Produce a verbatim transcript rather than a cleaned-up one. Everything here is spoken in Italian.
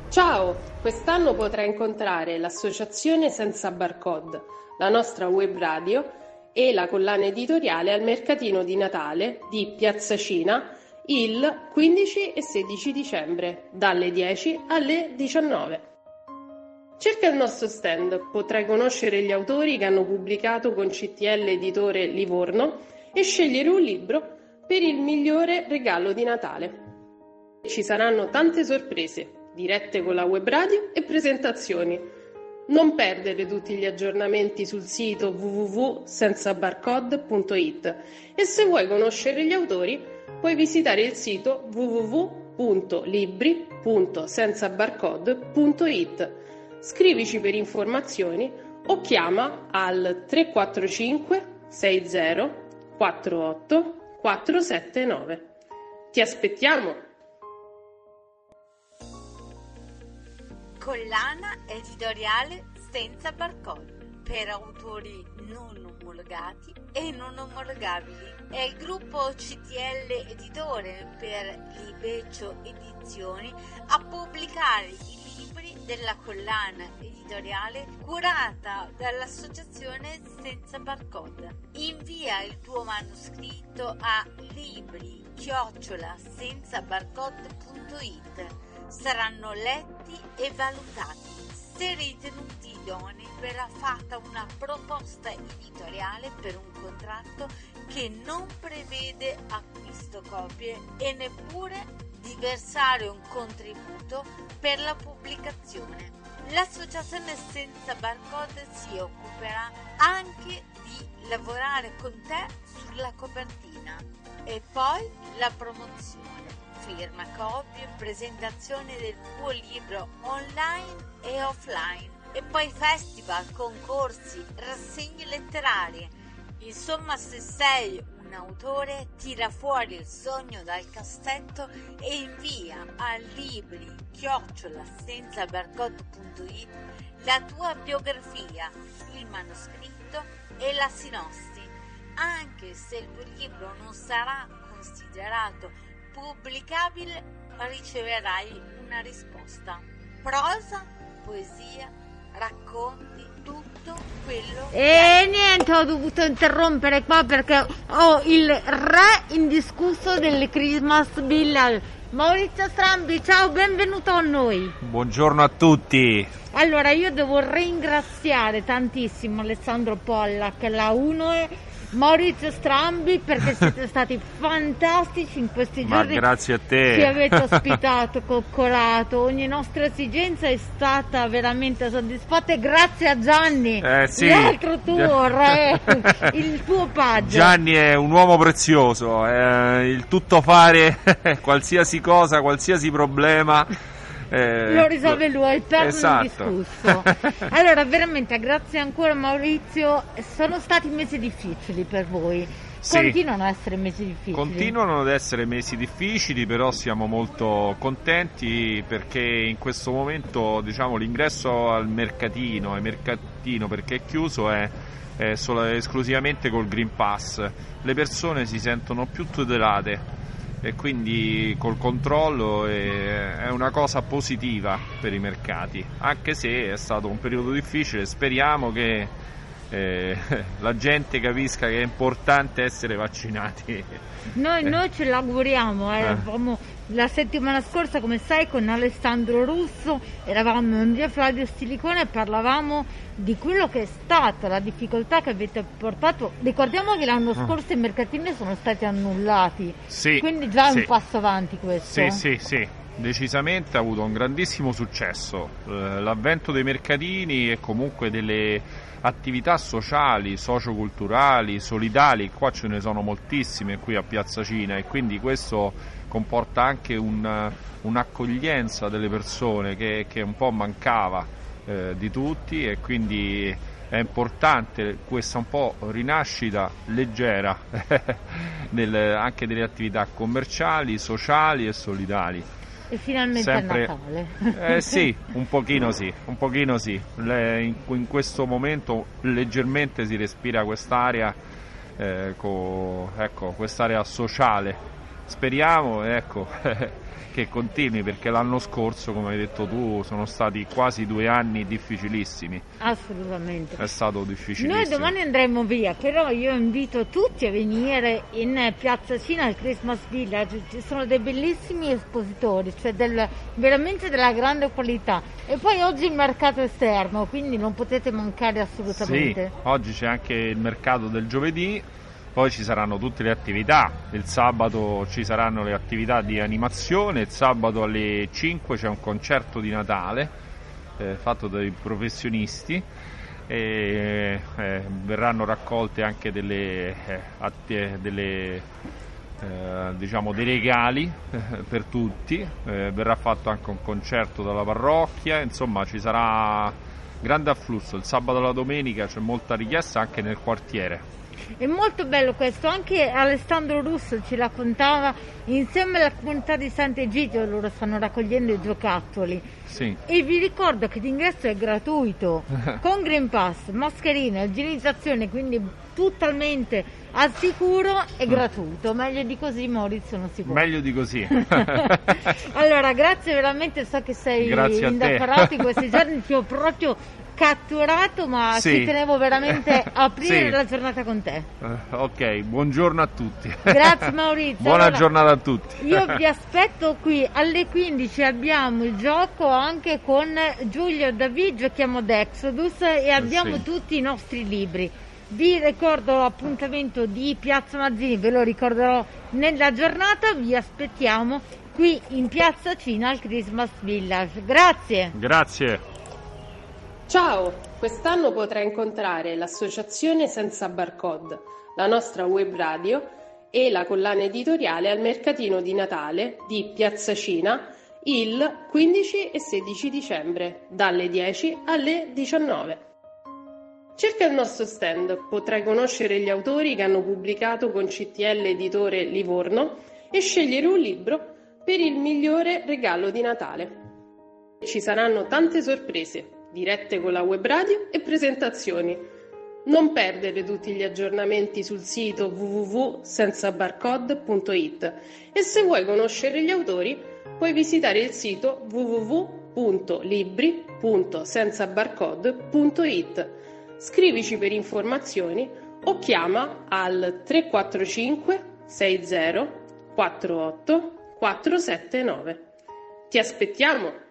Ciao! Quest'anno potrai incontrare l'associazione Senza Barcode, la nostra web radio e la collana editoriale al mercatino di Natale di Piazza Cina il quindici e sedici dicembre, dalle dieci alle diciannove. Cerca il nostro stand, potrai conoscere gli autori che hanno pubblicato con C T L Editore Livorno e scegliere un libro per il migliore regalo di Natale. Ci saranno tante sorprese, dirette con la web radio e presentazioni. Non perdere tutti gli aggiornamenti sul sito w w w punto senza barcode punto i t e se vuoi conoscere gli autori puoi visitare il sito w w w punto libri punto senza barcode punto i t. Scrivici per informazioni o chiama al tre quattro cinque sei zero quattro otto quattro sette nove. Ti aspettiamo! Collana editoriale Senza Barcode per autori non omologati e non omologabili. È il gruppo C T L Editore per Libeccio Edizioni a pubblicare i libri della collana editoriale curata dall'associazione Senza Barcode. Invia il tuo manoscritto a libri chiocciola senza barcode punto i t. Saranno letti e valutati. Se ritenuti idonei verrà fatta una proposta editoriale per un contratto che non prevede acquisto copie e neppure di versare un contributo per la pubblicazione. L'associazione Senza Barcode si occuperà anche di lavorare con te sulla copertina e poi la promozione. Firma copie, presentazione del tuo libro online e offline e poi festival, concorsi, rassegne letterarie. Insomma, se sei un autore, tira fuori il sogno dal cassetto e invia a libri chiocciola senza barcode punto i t la tua biografia, il manoscritto e la sinossi. Anche se il tuo libro non sarà considerato pubblicabile, riceverai una risposta. Prosa, poesia, racconti, tutto quello che... E niente, ho dovuto interrompere qua perché ho il re indiscusso delle Christmas Village. Maurizio Strambi, ciao, benvenuto a noi. Buongiorno a tutti. Allora, io devo ringraziare tantissimo Alessandro Pollack, la uno e Maurizio Strambi, perché siete stati fantastici in questi Ma giorni. Grazie a te. Ci avete ospitato, coccolato, ogni nostra esigenza è stata veramente soddisfatta e grazie a Gianni, eh, sì. l'altro tuo re, il tuo paggio. Gianni è un uomo prezioso, eh, il tutto fare, qualsiasi cosa, qualsiasi problema. Eh, lo risolve lui, il perno esatto. indiscusso. Allora, veramente grazie ancora Maurizio. Sono stati mesi difficili per voi. Sì. Continuano ad essere mesi difficili. Continuano ad essere mesi difficili, però siamo molto contenti perché in questo momento, diciamo, l'ingresso al mercatino, al mercatino perché è chiuso, è, è solo, esclusivamente col Green Pass. Le persone si sentono più tutelate e quindi col controllo è una cosa positiva per i mercati, anche se è stato un periodo difficile. Speriamo che eh, la gente capisca che è importante essere vaccinati. Noi, eh. noi ce l'auguriamo, eh. Eravamo la settimana scorsa, come sai, con Alessandro Russo, eravamo in via Flavio Stilicone e parlavamo di quello che è stata la difficoltà che avete portato. Ricordiamo che l'anno scorso i mercatini sono stati annullati, sì, quindi già è sì. un passo avanti questo. Sì, sì, sì, decisamente ha avuto un grandissimo successo eh, l'avvento dei mercatini e comunque delle attività sociali, socioculturali, solidali. Qua ce ne sono moltissime qui a Piazza Cina e quindi questo comporta anche un, un'accoglienza delle persone che, che un po' mancava eh, di tutti, e quindi è importante questa un po' rinascita leggera nel, anche delle attività commerciali, sociali e solidali. E finalmente Sempre, è Natale. Eh sì, un pochino sì, un pochino sì. Le, in, in questo momento leggermente si respira quest'area, eh, co, ecco, quest'area sociale speriamo, ecco, che continui, perché l'anno scorso, come hai detto tu, sono stati quasi due anni difficilissimi. Assolutamente. È stato difficilissimo. Noi domani andremo via, però io invito tutti a venire in Piazza Cina al Christmas Village, ci sono dei bellissimi espositori, cioè del, veramente della grande qualità. E poi oggi il mercato esterno, quindi non potete mancare assolutamente. Sì, oggi c'è anche il mercato del giovedì. Poi ci saranno tutte le attività, il sabato ci saranno le attività di animazione, il sabato alle cinque c'è un concerto di Natale eh, fatto dai professionisti e eh, verranno raccolte anche delle, eh, atti- delle eh, diciamo dei regali eh, per tutti, eh, verrà fatto anche un concerto dalla parrocchia, insomma ci sarà grande afflusso, il sabato e la domenica c'è molta richiesta anche nel quartiere. È molto bello questo, anche Alessandro Russo ci raccontava, insieme alla comunità di Sant'Egidio loro stanno raccogliendo i giocattoli. Sì. E vi ricordo che l'ingresso è gratuito, con Green Pass, mascherina, igienizzazione, quindi totalmente al sicuro e gratuito. Meglio di così, Maurizio, non si può. Meglio di così. Allora, grazie veramente, so che sei indaffarato in questi giorni, ti ho proprio catturato, ma sì. Ci tenevo veramente a aprire sì. la giornata con te. Uh, ok, buongiorno a tutti. Grazie Maurizio. Buona allora, giornata a tutti. Io vi aspetto qui alle quindici, abbiamo il gioco anche con Giulio David, giochiamo ad Exodus e abbiamo sì. tutti i nostri libri. Vi ricordo l'appuntamento di Piazza Mazzini, ve lo ricorderò nella giornata, vi aspettiamo qui in Piazza Cina al Christmas Village. Grazie. Grazie. Ciao! Quest'anno potrai incontrare l'Associazione Senza Barcode, la nostra web radio e la collana editoriale al mercatino di Natale di Piazza Cina il quindici e sedici dicembre, dalle dieci alle diciannove. Cerca il nostro stand, potrai conoscere gli autori che hanno pubblicato con C T L Editore Livorno e scegliere un libro per il migliore regalo di Natale. Ci saranno tante sorprese, dirette con la web radio e presentazioni. Non perdere tutti gli aggiornamenti sul sito w w w punto senza barcode punto i t e se vuoi conoscere gli autori puoi visitare il sito w w w punto libri punto senza barcode punto i t. Scrivici per informazioni o chiama al tre quattro cinque sei zero quattro otto quattro sette nove. Ti aspettiamo!